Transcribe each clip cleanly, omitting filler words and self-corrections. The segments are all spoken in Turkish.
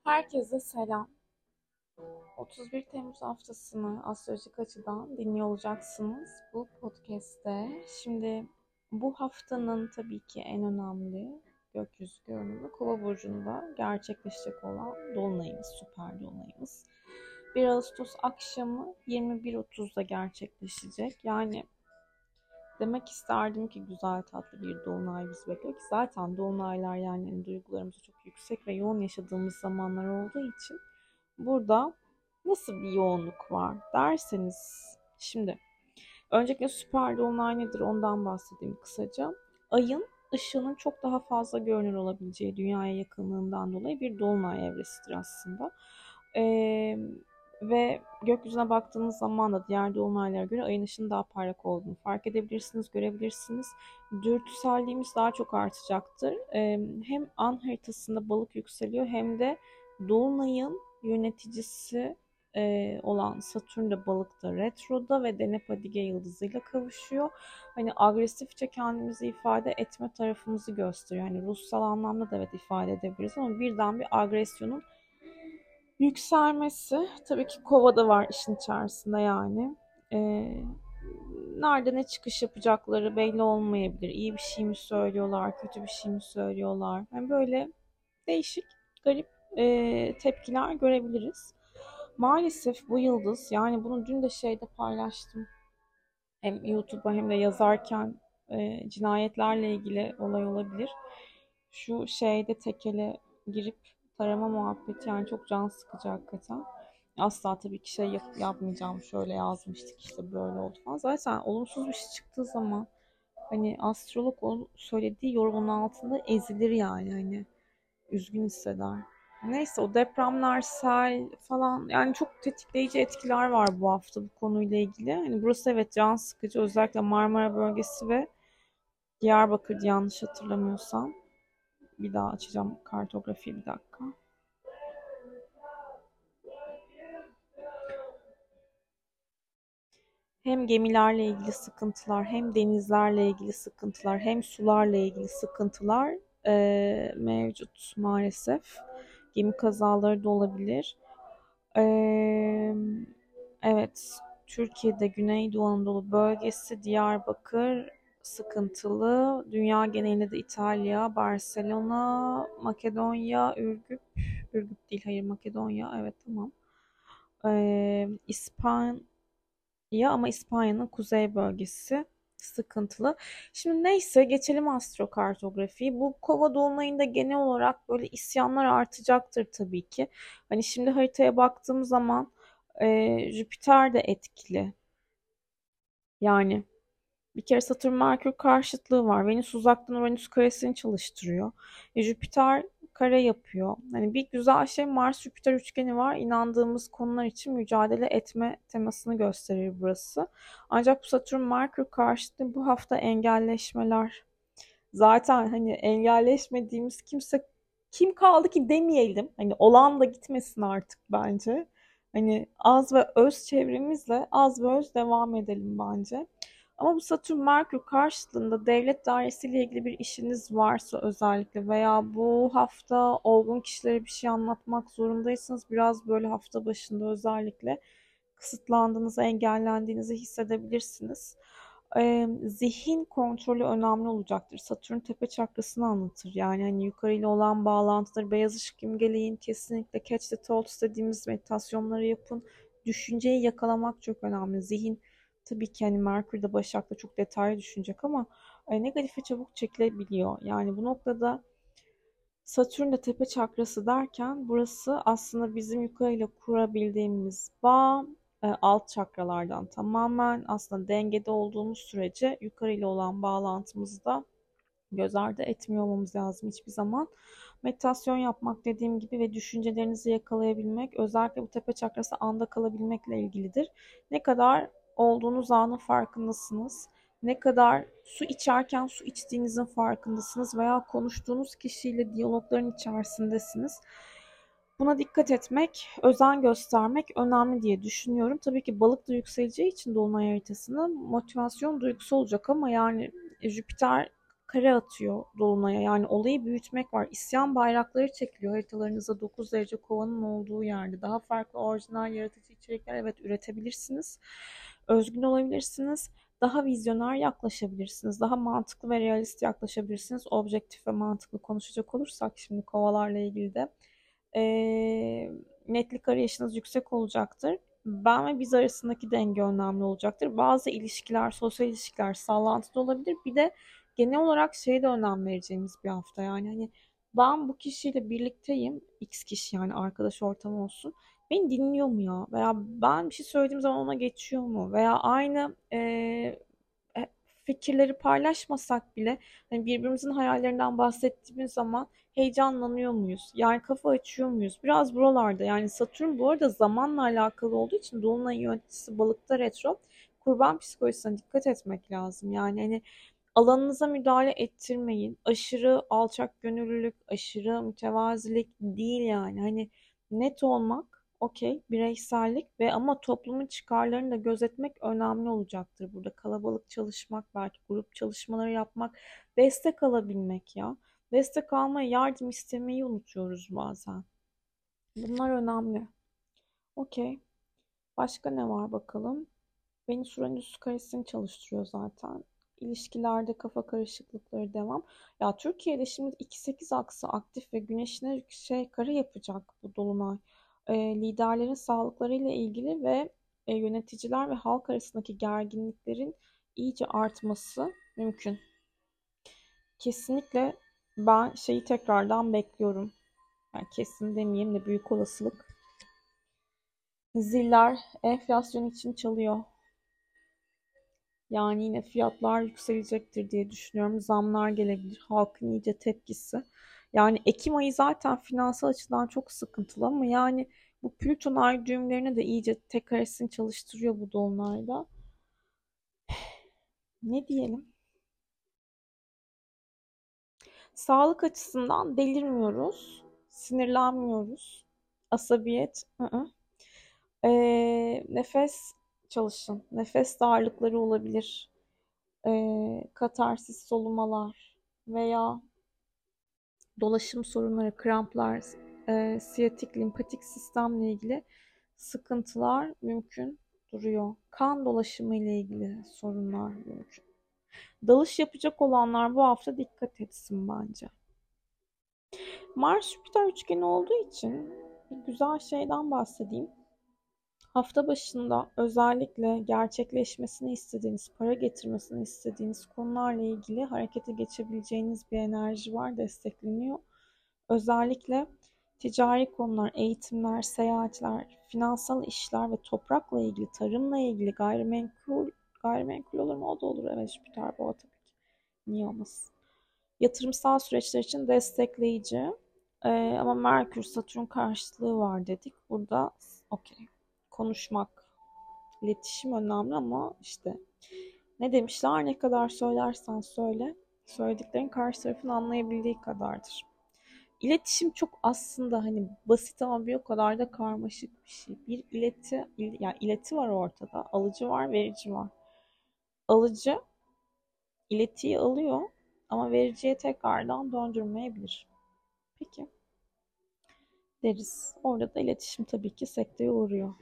Herkese selam. 31 Temmuz haftasını astrolojik açıdan dinliyor olacaksınız bu podcast'te. Şimdi bu haftanın tabii ki en önemli gökyüzü görünümü Kova burcunda gerçekleşecek olan dolunayımız, süper dolunayımız. 1 Ağustos akşamı 21.30'da gerçekleşecek. Yani demek isterdim ki güzel tatlı bir dolunay bizi bekliyor ki zaten dolunaylar yani duygularımız çok yüksek ve yoğun yaşadığımız zamanlar olduğu için burada nasıl bir yoğunluk var derseniz, şimdi öncelikle süper dolunay nedir ondan bahsedeyim kısaca. Ayın ışığının çok daha fazla görünür olabileceği dünyaya yakınlığından dolayı bir dolunay evresidir aslında. Ee, Ve gökyüzüne baktığınız zaman da diğer dolunaylara göre ayın ışığının daha parlak olduğunu fark edebilirsiniz, görebilirsiniz. Dürtüselliğimiz daha çok artacaktır. Hem an haritasında balık yükseliyor hem de dolunayın yöneticisi olan Satürn de balıkta retroda ve Deneb Adige yıldızıyla kavuşuyor. Hani agresifçe kendimizi ifade etme tarafımızı gösteriyor. Hani ruhsal anlamda da evet ifade edebiliriz ama birden bir agresyonun yükselmesi. Tabii ki kova da var işin içerisinde yani. Ee, Nerede ne çıkış yapacakları belli olmayabilir. İyi bir şey mi söylüyorlar, kötü bir şey mi söylüyorlar. Yani böyle değişik, garip tepkiler görebiliriz. Maalesef bu yıldız, yani bunu dün de şeyde paylaştım. Hem YouTube'a hem de yazarken cinayetlerle ilgili olay olabilir. Şu şeyde tekele girip tarama muhabbeti yani çok can sıkıcı hakikaten. Asla tabii ki şey yapmayacağım. Şöyle yazmıştık işte böyle oldu falan. Zaten olumsuz bir şey çıktığı zaman hani astrolog o söylediği yorumun altında ezilir yani hani üzgün hisseder. Neyse o depremler, sel falan yani çok tetikleyici etkiler var bu hafta bu konuyla ilgili. Hani burası evet can sıkıcı özellikle Marmara bölgesi ve Diyarbakır'dı yanlış hatırlamıyorsam. Bir daha açacağım kartografiyi bir dakika. Hem gemilerle ilgili sıkıntılar, hem denizlerle ilgili sıkıntılar, hem sularla ilgili sıkıntılar mevcut maalesef. Gemi kazaları da olabilir. Eee, evet, Türkiye'de Güneydoğu Anadolu bölgesi, Diyarbakır sıkıntılı. Dünya genelinde de İtalya, Barcelona, Makedonya, Ürgüp değil, hayır Makedonya, evet tamam. İspanya ama İspanya'nın kuzey bölgesi sıkıntılı. Şimdi neyse geçelim astrokartografiyi. Bu kova dolunayında genel olarak böyle isyanlar artacaktır tabii ki. Hani şimdi haritaya baktığım zaman Jüpiter de etkili. Yani bir kere Satürn Merkür karşıtlığı var. Venüs uzaktan Uranüs karesini çalıştırıyor. Jüpiter kare yapıyor. Hani bir güzel şey Mars Jüpiter üçgeni var. İnandığımız konular için mücadele etme temasını gösterir burası. Ancak bu Satürn Merkür karşıtlığı bu hafta engelleşmeler. Zaten hani engelleşmediğimiz kimse kim kaldı ki demeyelim. Hani olan da gitmesin artık bence. Hani az ve öz çevremizle az ve öz devam edelim bence. Ama bu Satürn Merkür karşıtlığında devlet dairesiyle ilgili bir işiniz varsa özellikle veya bu hafta olgun kişilere bir şey anlatmak zorundaysanız biraz böyle hafta başında özellikle kısıtlandığınızı, engellendiğinizi hissedebilirsiniz. Zihin kontrolü önemli olacaktır. Satürn tepe çakrasını anlatır. Yani hani yukarıyla olan bağlantıları, beyaz ışık imgeleyin, kesinlikle catch the thoughts dediğimiz meditasyonları yapın. Düşünceyi yakalamak çok önemli. Zihin tabii ki hani Merkür de Başak'ta çok detaylı düşünecek ama negatife çabuk çekilebiliyor. Yani bu noktada Satürn de tepe çakrası derken burası aslında bizim yukarıyla kurabildiğimiz bağ alt çakralardan tamamen aslında dengede olduğumuz sürece yukarıyla olan bağlantımızı da göz ardı etmiyor olmamız lazım hiçbir zaman. Meditasyon yapmak dediğim gibi ve düşüncelerinizi yakalayabilmek özellikle bu tepe çakrası anda kalabilmekle ilgilidir. Ne kadar olduğunuz anın farkındasınız. Ne kadar su içerken su içtiğinizin farkındasınız veya konuştuğunuz kişiyle diyalogların içerisindesiniz. Buna dikkat etmek, özen göstermek önemli diye düşünüyorum. Tabii ki balık da yükseleceği için dolunay haritasında motivasyon duygusu olacak ama yani Jüpiter kare atıyor dolunaya. Yani olayı büyütmek var. İsyan bayrakları çekiliyor haritalarınızda 9 derece kovanın olduğu yerde. Daha farklı orijinal yaratıcı içerikler evet üretebilirsiniz. Özgün olabilirsiniz. Daha vizyoner yaklaşabilirsiniz. Daha mantıklı ve realist yaklaşabilirsiniz. Objektif ve mantıklı konuşacak olursak şimdi kovalarla ilgili de netlik arayışınız yüksek olacaktır. Ben ve biz arasındaki denge önemli olacaktır. Bazı ilişkiler, sosyal ilişkiler sallantıda olabilir. Bir de genel olarak şeye de önem vereceğimiz bir hafta. Yani hani ben bu kişiyle birlikteyim. X kişi yani arkadaş ortamı olsun. Beni dinliyor mu ya? Veya ben bir şey söylediğim zaman ona geçiyor mu? Veya aynı fikirleri paylaşmasak bile hani birbirimizin hayallerinden bahsettiğimiz zaman heyecanlanıyor muyuz? Yani kafa açıyor muyuz? Biraz buralarda yani Satürn bu arada zamanla alakalı olduğu için Dolunay'ın yöneticisi Balık'ta retro. Kurban psikolojisine dikkat etmek lazım. Yani hani alanınıza müdahale ettirmeyin. Aşırı alçak gönüllülük, aşırı mütevazilik değil yani. Hani net olmak, okey, bireysellik ve ama toplumun çıkarlarını da gözetmek önemli olacaktır burada. Kalabalık çalışmak, belki grup çalışmaları yapmak, destek alabilmek ya. Destek almayı, yardım istemeyi unutuyoruz bazen. Bunlar önemli. Okey. Başka ne var bakalım? Venüs Uranüs karesini çalıştırıyor zaten. İlişkilerde kafa karışıklıkları devam. Ya Türkiye'de şimdi 2-8 aksı aktif ve güneşine kare yapacak bu dolunay. Liderlerin sağlıklarıyla ilgili ve yöneticiler ve halk arasındaki gerginliklerin iyice artması mümkün. Kesinlikle ben şeyi tekrardan bekliyorum. Yani kesin demeyeyim de büyük olasılık. Ziller enflasyon için çalıyor. Yani yine fiyatlar yükselecektir diye düşünüyorum. Zamlar gelebilir. Halkın iyice tepkisi. Yani Ekim ayı zaten finansal açıdan çok sıkıntılı ama yani bu Plüton ay düğümlerini de iyice tekaresini çalıştırıyor bu dolunayda. Ne diyelim? Sağlık açısından delirmiyoruz. Sinirlenmiyoruz. Asabiyet. Nefes çalışın. Nefes darlıkları olabilir. Katarsis solumalar veya dolaşım sorunları, kramplar, siyatik, limpatik sistemle ilgili sıkıntılar mümkün duruyor. Kan dolaşımı ile ilgili sorunlar mümkün. Dalış yapacak olanlar bu hafta dikkat etsin bence. Mars Jüpiter üçgeni olduğu için bir güzel şeyden bahsedeyim. Hafta başında özellikle gerçekleşmesini istediğiniz, para getirmesini istediğiniz konularla ilgili harekete geçebileceğiniz bir enerji var, destekleniyor. Özellikle ticari konular, eğitimler, seyahatler, finansal işler ve toprakla ilgili, tarımla ilgili, gayrimenkul olur mu? O da olur. Evet, Jüpiter Boğa tabii ki. Niye olmasın? Yatırımsal süreçler için destekleyici. Ama Merkür Satürn karşıtlığı var dedik. Burada okey. Konuşmak, iletişim önemli ama işte ne demişler? Ne kadar söylersen söyle, söylediklerin karşı tarafın anlayabildiği kadardır. İletişim çok aslında hani basit ama bir o kadar da karmaşık bir şey. Bir yani ileti var ortada. Alıcı var, verici var. Alıcı iletiyi alıyor ama vericiye tekrardan döndürmeyebilir. Peki deriz. Orada da iletişim tabii ki sekteye uğruyor.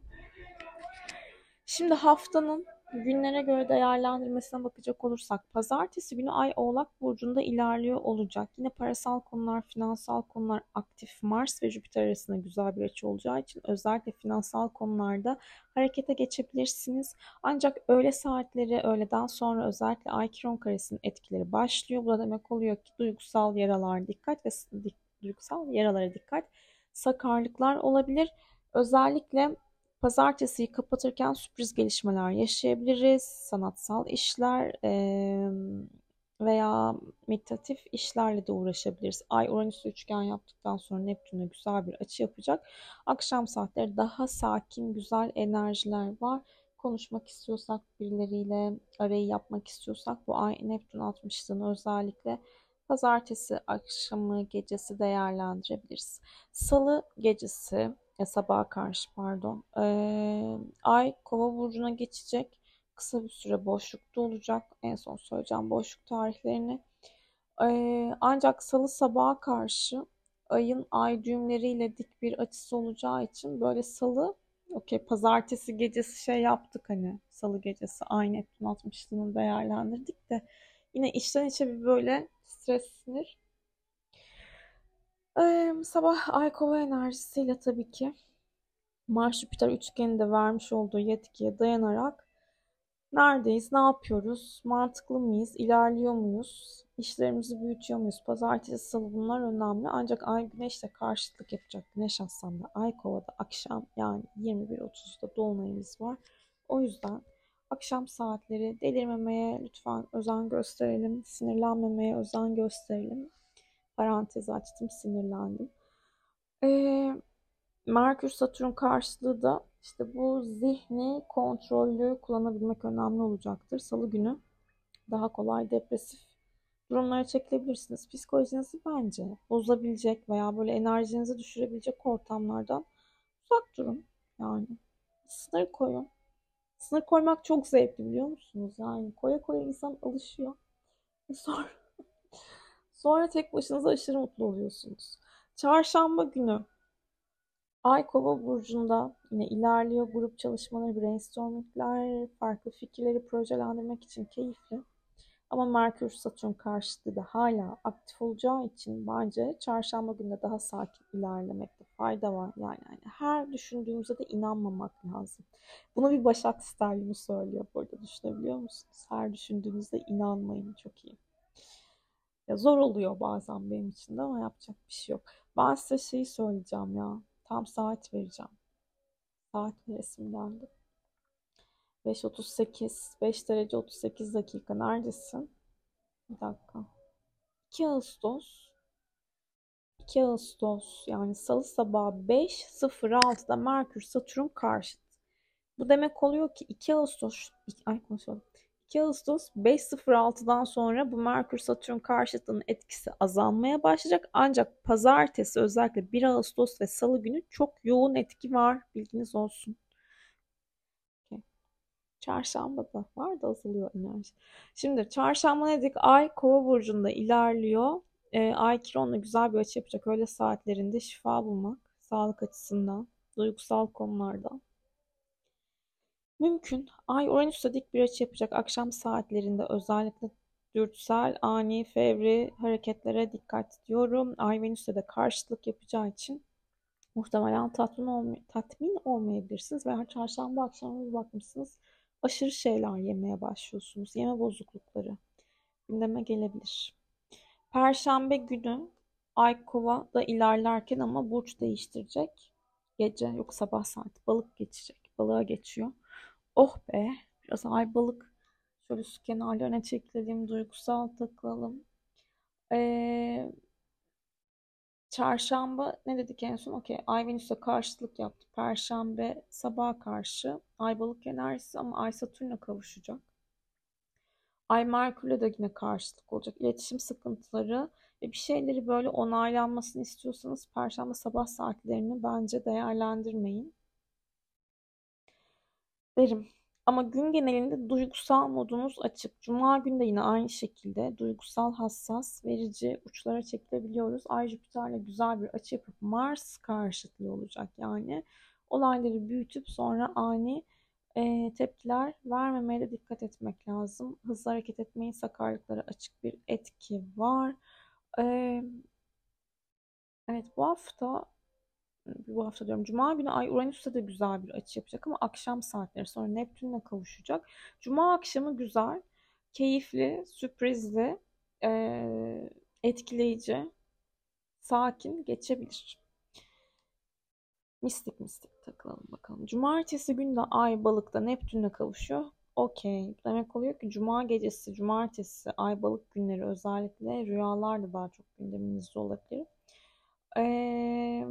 Şimdi haftanın günlere göre değerlendirmesine bakacak olursak pazartesi günü Ay Oğlak Burcu'nda ilerliyor olacak. Yine parasal konular, finansal konular aktif. Mars ve Jüpiter arasında güzel bir açı olacağı için özellikle finansal konularda harekete geçebilirsiniz. Ancak öğle saatleri, öğleden sonra özellikle Ay Kiron karesinin etkileri başlıyor. Bu da demek oluyor ki duygusal yaralar dikkat ve duygusal yaralara dikkat. Sakarlıklar olabilir. Özellikle pazartesiyi kapatırken sürpriz gelişmeler yaşayabiliriz. Sanatsal işler veya meditatif işlerle de uğraşabiliriz. Ay Uranüs'ü üçgen yaptıktan sonra Neptün'e güzel bir açı yapacak. Akşam saatleri daha sakin, güzel enerjiler var. Konuşmak istiyorsak birileriyle, arayı yapmak istiyorsak bu Ay Neptün 60'lığını özellikle pazartesi akşamı gecesi değerlendirebiliriz. Salı gecesi sabaha karşı pardon. Ay Kova burcuna geçecek. Kısa bir süre boşlukta olacak. En son söyleyeceğim boşluk tarihlerini. Ancak salı sabaha karşı ayın ay düğümleriyle dik bir açısı olacağı için böyle salı, okey, pazartesi gecesi şey yaptık, hani salı gecesi ay Neptün 60'lığını değerlendirdik de yine içten içe bir böyle stres, sinir. Sabah ay kova enerjisiyle tabii ki Mars Jüpiter üçgeni de vermiş olduğu yetkiye dayanarak neredeyiz, ne yapıyoruz, mantıklı mıyız, ilerliyor muyuz, işlerimizi büyütüyor muyuz? Pazartesi, salı bunlar önemli. Ancak Ay Güneş'le karşıtlık yapacak. Güneş Aslan'da, Ay Kova'da akşam yani 21.30'da dolunayımız var. O yüzden akşam saatleri delirmemeye lütfen özen gösterelim. Sinirlenmemeye özen gösterelim. Parantez açtım, sinirlendim. Ee, Merkür Satürn karşılığı da işte bu zihni kontrollü kullanabilmek önemli olacaktır. Salı günü daha kolay depresif durumlara çekilebilirsiniz. Psikolojinizi bence bozabilecek veya böyle enerjinizi düşürebilecek ortamlardan uzak durun. Yani sınır koyun. Sınır koymak çok zevkli, biliyor musunuz? Yani koya koya insan alışıyor. Sonra, sonra tek başınıza aşırı mutlu oluyorsunuz. Çarşamba günü Ay Kova burcunda yine ilerliyor. Grup çalışmaları, brainstormingler, farklı fikirleri projelendirmek için keyifli. Ama Merkür Satürn karşıtı da hala aktif olacağı için bence çarşamba günü daha sakin ilerlemekte fayda var. Yani her düşündüğümüze de inanmamak lazım. Bunu bir Başak Sterling'i söylüyor burada, düşünebiliyor musunuz? Her düşündüğünüzde inanmayın, çok iyi. Ya zor oluyor bazen benim için de ama yapacak bir şey yok. Ben size şeyi söyleyeceğim ya. Tam saat vereceğim. Saat resim geldi. 5:38, 5 derece 38 dakika. Neredesin? Bir dakika. 2 Ağustos. 2 Ağustos yani Salı sabahı 5:06'da Merkür Satürn karşıt. Bu demek oluyor ki 2 Ağustos, ay konuşalım. 2 Ağustos 5:06'dan sonra bu Merkür Satürn karşıtının etkisi azalmaya başlayacak. Ancak pazartesi, özellikle 1 Ağustos ve Salı günü çok yoğun etki var. Bilginiz olsun. Çarşamba da var da azalıyor enerji. Şimdi çarşamba dedik, Ay Kova burcunda ilerliyor. Ay Kiron'la güzel bir açı yapacak. Öğle saatlerinde şifa bulmak, sağlık açısından, duygusal konularda. Mümkün. Ay Uranüs'te dik bir açı yapacak akşam saatlerinde, özellikle dürtüsel, ani, fevri hareketlere dikkat diyorum. Ay Venüs'te de karşıtlık yapacağı için muhtemelen tatmin olmayabilirsiniz veya çarşamba akşamı bir bakmışsınız aşırı şeyler yemeye başlıyorsunuz. Yeme bozuklukları gündeme gelebilir. Perşembe günü Ay Kova'da ilerlerken ama burç değiştirecek. Gece, yok sabah saat balık geçecek. Balığa geçiyor. Oh be, biraz ay balık. Şöyle su kenarlarına çekilelim, duygusal takılalım. Ee, Çarşamba ne dedik en son? Okey. Ay Venüs'e karşıtlık yaptı. Perşembe sabaha karşı Ay balık enerjisi ama Ay Satürn'le kavuşacak. Ay Merkür'le de yine karşıtlık olacak. İletişim sıkıntıları ve bir şeyleri böyle onaylanmasını istiyorsanız Perşembe sabah saatlerini bence değerlendirmeyin derim. Ama gün genelinde duygusal modunuz açık. Cuma günü de yine aynı şekilde duygusal, hassas, verici uçlara çekilebiliyoruz. Ay Jüpiter'le güzel bir açı yapıp Mars karşıtlığı olacak. Yani olayları büyütüp sonra ani tepkiler vermemeye de dikkat etmek lazım. Hızlı hareket etmeyin, sakarlıklara açık bir etki var. E, evet, bu hafta diyorum. Cuma günü Ay Uranüs'te de güzel bir açı yapacak ama akşam saatleri sonra Neptün'le kavuşacak. Cuma akşamı güzel, keyifli, sürprizli, etkileyici, sakin geçebilir. Mistik mistik takılalım bakalım. Cumartesi günü de Ay Balık'ta Neptün'le kavuşuyor. Okey. Demek oluyor ki Cuma gecesi, Cumartesi, Ay Balık günleri özellikle rüyalar da daha çok gündeminizde olabilir. Ee,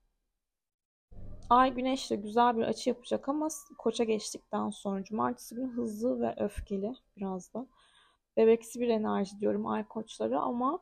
Ay Güneş'le güzel bir açı yapacak ama Koç'a geçtikten sonra Cumartesi günü hızlı ve öfkeli biraz da. Bebeksi bir enerji diyorum Ay Koçlara ama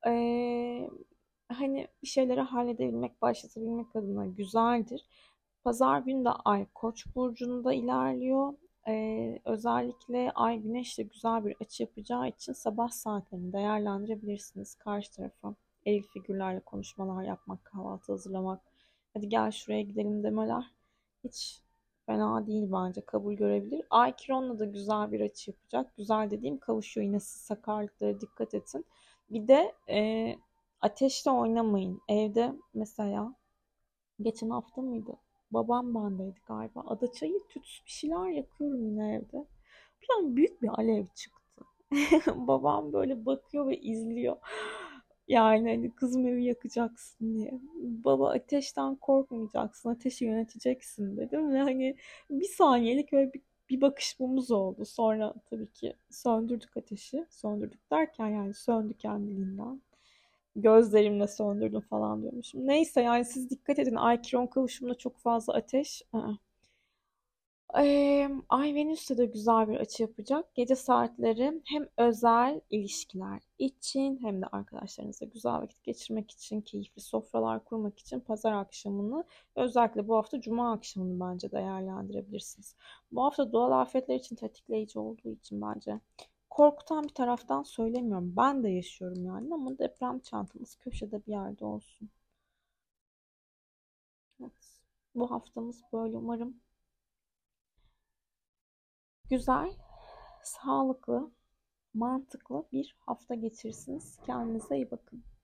hani bir şeyleri halledebilmek, başlatabilmek adına güzeldir. Pazar günü de Ay Koç burcunda ilerliyor. Özellikle Ay Güneş'le güzel bir açı yapacağı için sabah saatlerini değerlendirebilirsiniz. Karşı tarafa eril figürlerle konuşmalar yapmak, kahvaltı hazırlamak, hadi gel şuraya gidelim demeler hiç fena değil bence, kabul görebilir. Ay Kiron'la da güzel bir açı yapacak. Güzel dediğim kavuşuyor, yine siz sakarlıklara dikkat edin. Bir de ateşle oynamayın. Evde mesela geçen hafta mıydı? Babam bendeydi galiba. Adaçayı tütsü bir şeyler yakıyorum yine evde. Bir an büyük bir alev çıktı. Babam böyle bakıyor ve izliyor. Yani hani kızım evi yakacaksın diye. Baba ateşten korkmayacaksın, ateşi yöneteceksin dedim. Ve hani bir saniyelik öyle bir bakışmamız oldu. Sonra tabii ki söndürdük ateşi. Söndürdük derken yani söndü kendiliğinden. Gözlerimle söndürdüm falan diyormuşum. Neyse yani siz dikkat edin. Ay Kiron kavuşumunda çok fazla ateş. Ay Venüs'te de güzel bir açı yapacak. Gece saatleri hem özel ilişkiler için hem de arkadaşlarınızla güzel vakit geçirmek için, keyifli sofralar kurmak için pazar akşamını, özellikle bu hafta cuma akşamını bence değerlendirebilirsiniz. Bu hafta doğal afetler için tetikleyici olduğu için bence korkutan bir taraftan söylemiyorum. Ben de yaşıyorum yani, ama deprem çantamız köşede bir yerde olsun. Evet. Bu haftamız böyle, umarım güzel, sağlıklı, mantıklı bir hafta geçirirsiniz. Kendinize iyi bakın.